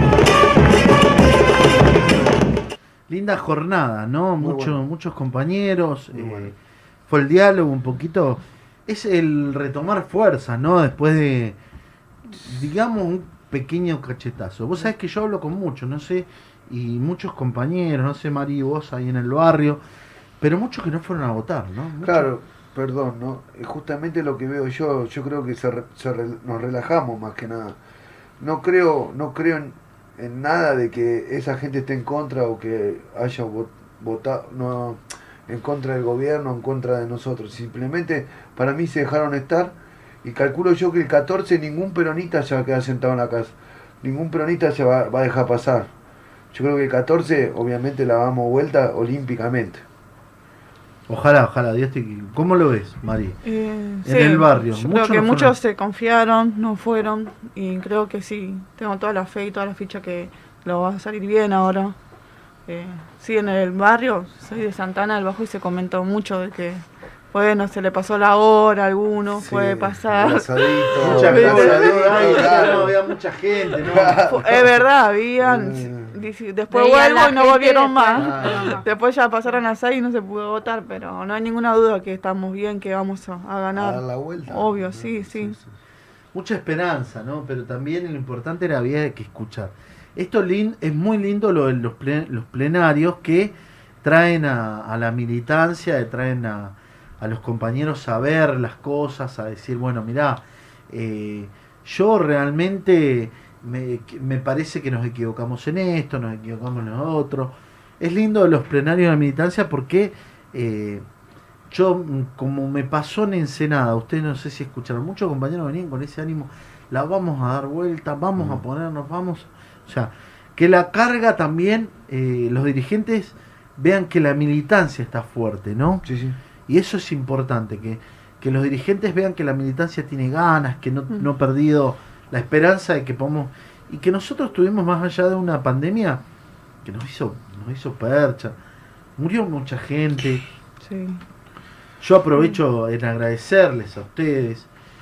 Linda jornada, ¿no? Mucho, bueno. Muchos compañeros, eh, bueno. Fue el diálogo un poquito, es el retomar fuerzas, ¿no? Después de, digamos, un pequeño cachetazo. Vos sabés que yo hablo con muchos, no sé, y muchos compañeros, no sé, Mari, vos ahí en el barrio, pero muchos que no fueron a votar, ¿no? Muchos... Claro, perdón, ¿no? Justamente lo que veo yo, yo creo que se, se nos relajamos más que nada. No creo, no creo en, en nada de que esa gente esté en contra o que haya votado no, en contra del gobierno, en contra de nosotros. Simplemente para mí se dejaron estar y calculo yo que el catorce ningún peronista se va a quedar sentado en la casa. Ningún peronista se va, va a dejar pasar. Yo creo que el catorce obviamente la damos vuelta olímpicamente. Ojalá, ojalá, Dios te... ¿Cómo lo ves, Mari? Eh, en sí, el barrio. Yo muchos creo que no muchos fueron... se confiaron, no fueron, y creo que sí, tengo toda la fe y toda la ficha que lo va a salir bien ahora. Eh, sí, en el barrio, soy de Santana del Bajo y se comentó mucho de que, bueno, se le pasó la hora a alguno, sí, puede pasar. Muchas gracias, no había mucha gente, ¿no? Es verdad, habían... Después vuelvo y no volvieron más. Ah. Después ya pasaron a seis y no se pudo votar, pero no hay ninguna duda que estamos bien, que vamos a, a ganar. A dar la vuelta. Obvio, sí, sí, sí. Mucha esperanza, ¿no? Pero también lo importante era había que escuchar. Esto es muy lindo lo de los, plen, los plenarios que traen a, a la militancia, traen a, a los compañeros a ver las cosas, a decir, bueno, mirá, eh, yo realmente... Me, me parece que nos equivocamos en esto, nos equivocamos en lo otro. Es lindo los plenarios de la militancia porque eh, yo, como me pasó en Ensenada, ustedes no sé si escucharon, muchos compañeros venían con ese ánimo, la vamos a dar vuelta, vamos mm. a ponernos, vamos, o sea, que la carga también, eh, los dirigentes vean que la militancia está fuerte, ¿no? Sí, sí. Y eso es importante, que, que los dirigentes vean que la militancia tiene ganas, que no, mm. no ha perdido la esperanza de que podamos, y que nosotros tuvimos más allá de una pandemia que nos hizo, nos hizo percha, murió mucha gente. Sí. Yo aprovecho en agradecerles a ustedes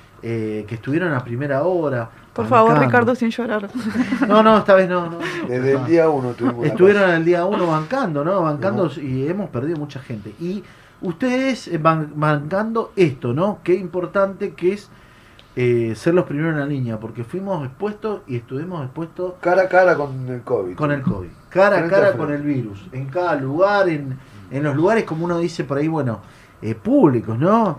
eh, que estuvieron a primera hora. Por bancando. Favor, Ricardo, sin llorar. No, no, esta vez no. no Desde no. el día uno tuvimos estuvieron en el día uno bancando, ¿no? Bancando no. Y hemos perdido mucha gente. Y ustedes van, bancando esto, ¿no? Qué importante que es Eh, ser los primeros en la línea, porque fuimos expuestos y estuvimos expuestos cara a cara con el COVID. Con el COVID, cara a cara con el virus, en cada lugar, en, en los lugares, como uno dice por ahí, bueno, eh, públicos, ¿no?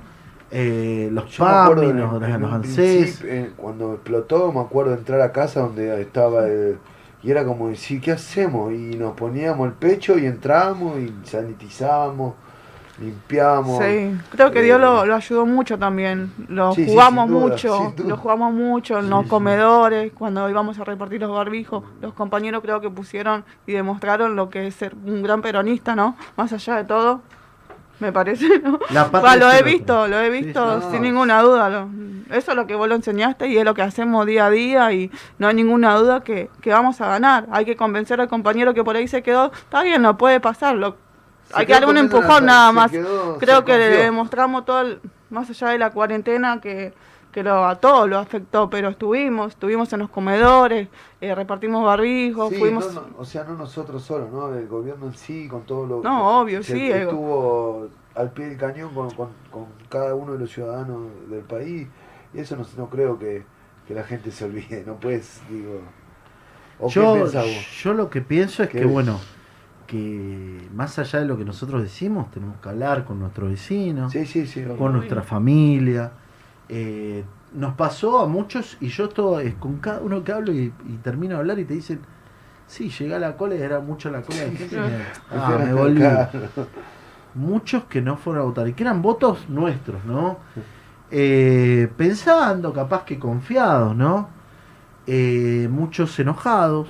Eh, los P A M I, los, los, los ANSES. Eh, cuando explotó, me acuerdo de entrar a casa donde estaba el, y era como decir, ¿qué hacemos? Y nos poníamos el pecho y entrábamos y sanitizábamos. Limpiamos. Sí, creo que eh, Dios lo, lo ayudó mucho también. Lo sí, jugamos sí, duda, mucho, lo jugamos mucho en sí, los sí. comedores, cuando íbamos a repartir los barbijos. Los compañeros creo que pusieron y demostraron lo que es ser un gran peronista, ¿no? Más allá de todo. me parece, ¿no? La patria Bah, lo es he el visto, otro. lo he Sí, visto sí. sin No. ninguna duda. Lo, eso es lo que vos lo enseñaste y es lo que hacemos día a día y no hay ninguna duda que, que vamos a ganar. Hay que convencer al compañero que por ahí se quedó, está bien, no puede pasar, lo, Se hay que quedó darle un comiendo empujón la- nada se más. quedó- Creo se que le confió. demostramos todo, el- más allá de la cuarentena, que, que lo, a todos lo afectó, pero estuvimos, estuvimos en los comedores, eh, repartimos barbijos, Sí, fuimos... no, no, o sea, no nosotros solos, ¿no? El gobierno en sí, con todo lo No, obvio, se- sí, ego. estuvo al pie del cañón con, con, con cada uno de los ciudadanos del país, y eso no, no creo que, que la gente se olvide, no puedes, digo... ¿O qué Yo, pensás vos? yo lo que pienso es ¿Qué que, ves? bueno, que más allá de lo que nosotros decimos, tenemos que hablar con nuestros vecinos, Sí, sí, sí. con nuestra familia. Eh, nos pasó a muchos, y yo esto es con cada uno que hablo y, y termino de hablar y te dicen, sí, llegué a la cola y era mucho la cola de gente. y me, ah, me volví. Claro. Muchos que no fueron a votar y que eran votos nuestros, ¿no? Eh, pensando, capaz que confiados, ¿no? Eh, muchos enojados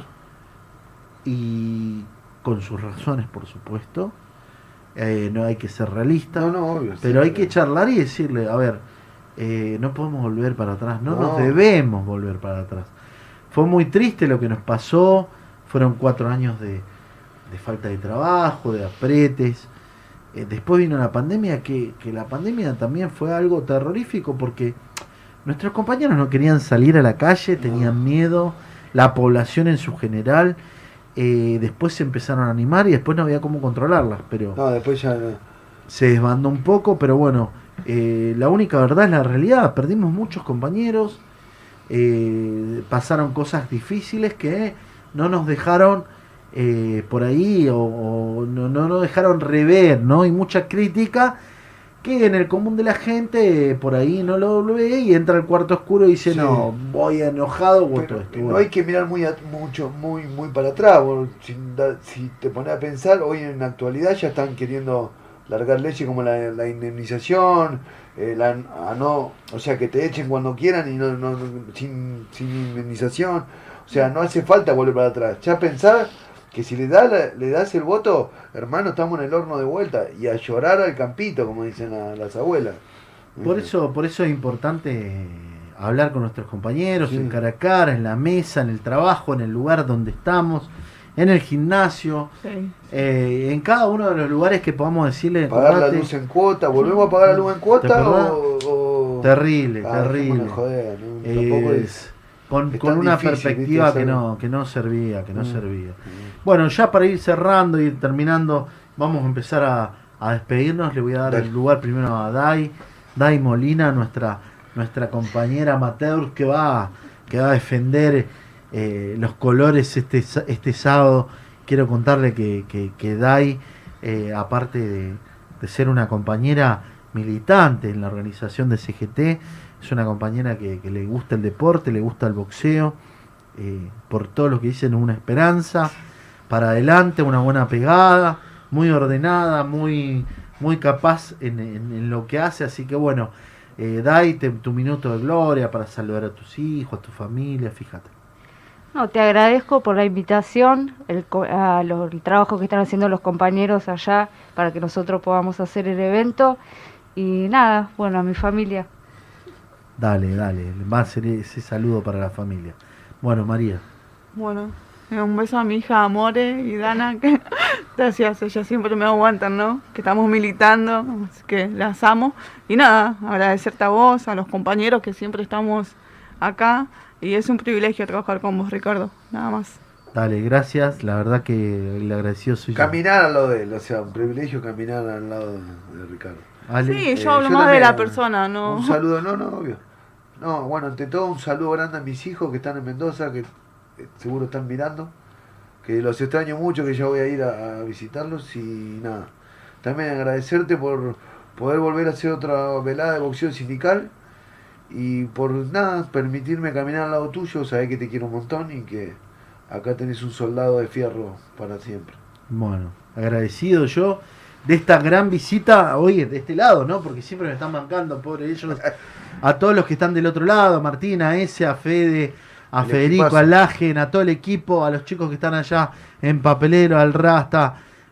y con sus razones, por supuesto. Eh, no hay que ser realista, No, no, obvio. pero hay siempre. que charlar y decirle, a ver, eh, no podemos volver para atrás, no, No. nos debemos volver para atrás. Fue muy triste lo que nos pasó, fueron cuatro años de, de falta de trabajo, de apretes. Eh, después vino la pandemia, que, que la pandemia también fue algo terrorífico porque nuestros compañeros no querían salir a la calle, tenían miedo, la población en su general. Eh, después se empezaron a animar y después no había cómo controlarlas, pero No, después ya... no. se desbandó un poco, pero bueno, eh, la única verdad es la realidad, perdimos muchos compañeros, eh, pasaron cosas difíciles que no nos dejaron eh, por ahí o, o no, no nos dejaron rever, ¿no? Y mucha crítica que en el común de la gente eh, por ahí no lo ve y entra al cuarto oscuro y dice, Sí. no, voy enojado, voto Pero esto. no Bueno. hay que mirar muy a- mucho muy muy para atrás. Vos, si, da- si te pones a pensar, hoy en la actualidad ya están queriendo largar leche como la, la indemnización, eh, la, a no, o sea, que te echen cuando quieran y no, no, no- sin, sin indemnización. O sea, no hace falta volver para atrás. Ya pensar que si le, da la- le das el voto, hermano, estamos en el horno de vuelta y a llorar al campito, como dicen la- las abuelas. Por eso, por eso es importante hablar con nuestros compañeros, Sí. en cara a cara, en la mesa, en el trabajo, en el lugar donde estamos, en el gimnasio, Sí. eh, en cada uno de los lugares que podamos decirle, Pagar la acordate, luz en cuota, ¿volvemos a pagar la luz en cuota acordás? o, o- terrible, Ah, terrible. dejémonos joder, ¿no? Eh, Tampoco es- con, es con tan una difícil, perspectiva ¿viste? que Hacer- no, que no servía, que no Mm. servía. Bueno, ya para ir cerrando y terminando, vamos a empezar a, a despedirnos. Le voy a dar Dale. el lugar primero a Dai, Dai Molina, nuestra, nuestra compañera amateur que va, que va a defender eh, los colores este, sa- este sábado. Quiero contarle que, que, que Dai, eh, aparte de, de ser una compañera militante en la organización de C G T, es una compañera que, que le gusta el deporte, le gusta el boxeo, eh, por todo lo que dicen, una esperanza para adelante, una buena pegada, muy ordenada, muy, muy capaz en, en- en lo que hace, así que bueno, eh, Dai, te- tu minuto de gloria para saludar a tus hijos, a tu familia, fíjate. No, te agradezco por la invitación, el, co- a lo- el trabajo que están haciendo los compañeros allá para que nosotros podamos hacer el evento. Y nada, bueno, a mi familia. Dale, dale, va a ser ese saludo para la familia. Bueno, María. Bueno, eh, un beso a mi hija Amore y Dana, que gracias, ellas siempre me aguantan, ¿no? Que estamos militando, así que las amo. Y nada, agradecerte a vos, a los compañeros que siempre estamos acá. Y es un privilegio trabajar con vos, Ricardo, nada más. Dale, gracias, la verdad que el agradecido soy yo. Caminar al lado de él, o sea, un privilegio caminar al lado de, de Ricardo. Ale. Sí, Eh, yo hablo yo más de también, la persona, ¿no? Un saludo, no, no, obvio. No, bueno, ante todo un saludo grande a mis hijos que están en Mendoza, que eh, seguro están mirando, que los extraño mucho, que ya voy a ir a, a visitarlos y nada. También agradecerte por poder volver a hacer otra velada de boxeo sindical y por nada, permitirme caminar al lado tuyo, sabés que te quiero un montón y que acá tenés un soldado de fierro para siempre. Bueno, agradecido yo de esta gran visita hoy de este lado, ¿no? Porque siempre me están bancando, pobre ellos, a todos los que están del otro lado, a Martina, a ese, a Fede, a El Federico, equipazo. a Lagen, a todo el equipo, a los chicos que están allá en Papelero, al Rasta,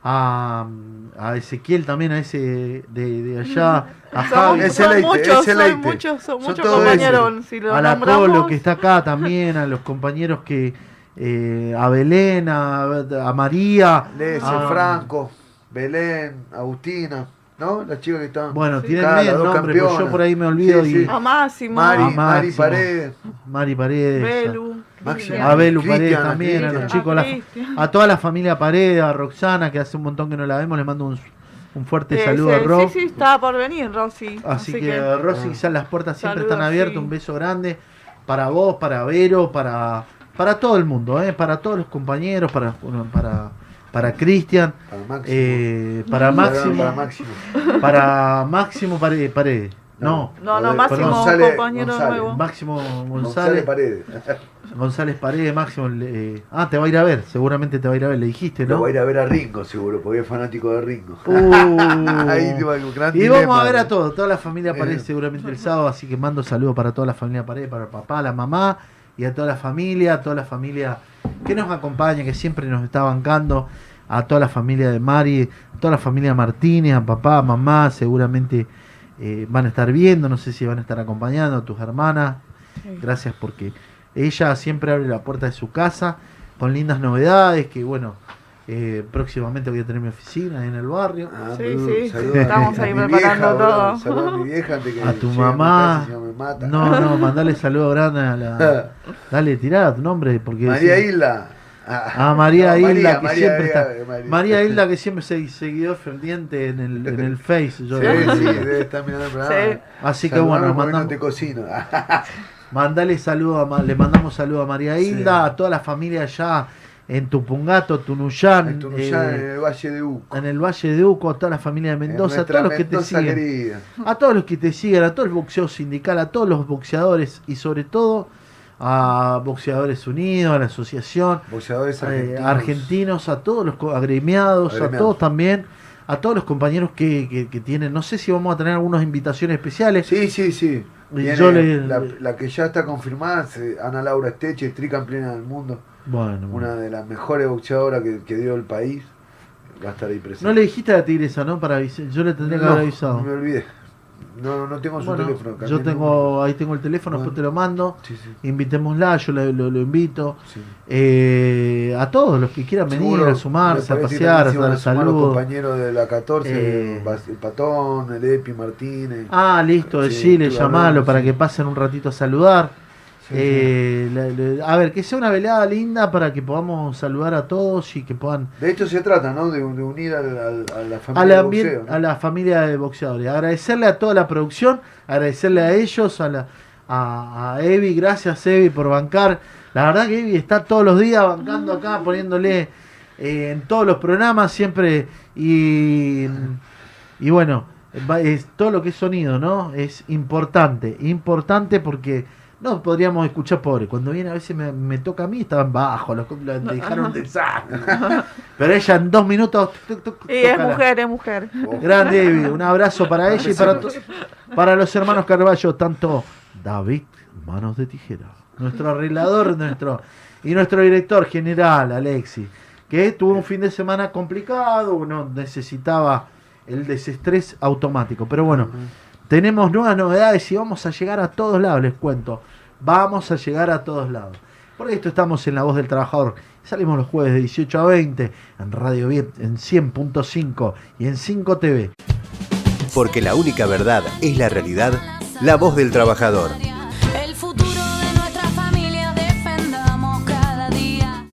a, a Ezequiel también, a ese de, de allá, a Somos- Javi, Ese son Leite, muchos, ese son Leite. muchos, son Son muchos todos compañeros. Si lo a la nombramos, Colo que está acá también, a los compañeros que, eh, a Belén, a, a María, Lese, a- Franco, Belén, Agustina, ¿no? Las chicas que están. Bueno, Sí. tienen Claro, bien dos nombre, porque yo campeonas. por ahí me olvido Sí, y sí. a Máximo, Mari, a Mari Máximo. Paredes. Mari Paredes, Belu, Máximo. a Belu Cristian, Paredes a también, a Cristian. los chicos, a, la- Cristian. a toda la familia Paredes, a Roxana, que hace un montón que no la vemos, le mando un, un fuerte Eh, saludo sí, a Ro. Sí, sí, estaba por venir, Rosy. Así, que, Rosy, quizás las puertas siempre Saludos, están abiertas, sí. un beso grande para vos, para Vero, para, para todo el mundo, ¿eh? Para todos los compañeros, para bueno, para, para Cristian, Para Máximo. eh, para Máximo, Para Máximo. para Máximo Paredes, Paredes. No, No, no, Joder, Máximo, González- compañero González. nuevo. Máximo González González, Paredes. González Paredes, Máximo. eh, ah, te va a ir a ver, seguramente te va a ir a ver, le dijiste, Lo ¿no? voy a ir a ver a Ringo, seguro, porque es fanático de Ringo. Uh. Ahí te va el gran Y dilema. vamos a ver a todos, toda la familia Paredes Eh. seguramente el sábado, así que mando saludos para toda la familia Paredes, para el papá, la mamá y a toda la familia, a toda la familia que nos acompaña, que siempre nos está bancando, a toda la familia de Mari, a toda la familia Martínez, a papá, mamá, seguramente eh, van a estar viendo, no sé si van a estar acompañando, a tus hermanas, Sí. gracias porque ella siempre abre la puerta de su casa con lindas novedades, que bueno, eh, próximamente voy a tener mi oficina ahí en el barrio. Ah, Sí, pero sí, saluda estamos a ahí mi preparando vieja, todo. bro. Saluda a mi vieja antes que A tu llegue a mi mamá. casa, si no me mata. No, no, mandale saludo grande a la. Dale, tirá tu nombre, porque. María sí. Hilda. Ah, María No, Hilda, María, que María, siempre María, está. María. María Hilda, que siempre se seguidor ferviente en el, en el Face. Yo Sí, le- sí, debe estar mirando el programa. Sí. Así que Saludame bueno, porque mandamos, no te cocino. mandale saludo a, Ma- le mandamos saludo a María Hilda, Sí. a toda la familia allá en Tupungato, Tunuyán, En Tunuyán, eh, en el Valle de Uco. en el Valle de Uco, a toda la familia de Mendoza, a todos los que te Mendoza siguen. querida. A todos los que te siguen, a todo el boxeo sindical, a todos los boxeadores y sobre todo a Boxeadores Unidos, a la asociación, Boxeadores eh, argentinos. argentinos, a todos los co- agremiados, a Agremiados. todos también, a todos los compañeros que, que, que tienen, no sé si vamos a tener algunas invitaciones especiales. Sí, sí, sí. Y Viene yo le- la, la que ya está confirmada, se- Ana Laura Esteche, tricampeona del mundo. Bueno, Una de las mejores boxeadoras que, que dio el país. Va a estar ahí presente. no le dijiste a la tigresa, ¿no? Para avisar. Yo le tendría que No, haber avisado. me olvidé. No, no tengo su Bueno, teléfono. cambié yo el tengo, ahí tengo el teléfono, Bueno. después te lo mando. Sí, sí. Invitémosla, yo lo, lo- lo invito. Sí. Eh, a todos los que quieran venir, Seguro, a sumarse, a me parece que pasear, a también se van dar a sumar los saludos. compañeros de la catorce, Eh. el Patón, el Epi Martínez. Ah, listo, Sí, decile, estuve llamalo hablando, para sí. que pasen un ratito a saludar. Sí, Eh, la- la- a ver, que sea una velada linda para que podamos saludar a todos y que puedan. De hecho se trata, ¿no? De, de unir al- al- a la A familia la, de ambien- boxeo, ¿no? a la familia de boxeadores. Agradecerle a toda la producción, agradecerle a ellos, a, la, a, a Evi, gracias Evi por bancar. La verdad que Evi está todos los días bancando acá, poniéndole eh, en todos los programas siempre. Y, y bueno, va- es todo lo que es sonido, ¿no? Es importante, importante porque no podríamos escuchar pobre. Cuando viene a veces me, me toca a mí, estaban bajos, los, los dejaron de desastre. Pero ella en dos minutos. tuc, tuc, tuc, Y es tócala. mujer, es mujer. Grande Evi, un abrazo para ella y para, to- para los hermanos Carballo, tanto David Manos de Tijera, nuestro arreglador, nuestro y nuestro director general, Alexis, que tuvo un fin de semana complicado, uno necesitaba el desestrés automático. Pero bueno, tenemos nuevas novedades y vamos a llegar a todos lados, les cuento. Vamos a llegar a todos lados. Por esto estamos en La Voz del Trabajador. Salimos los jueves de dieciocho a veinte en Radio Viet en cien punto cinco y en cinco T V. Porque la única verdad es la realidad, La Voz del Trabajador.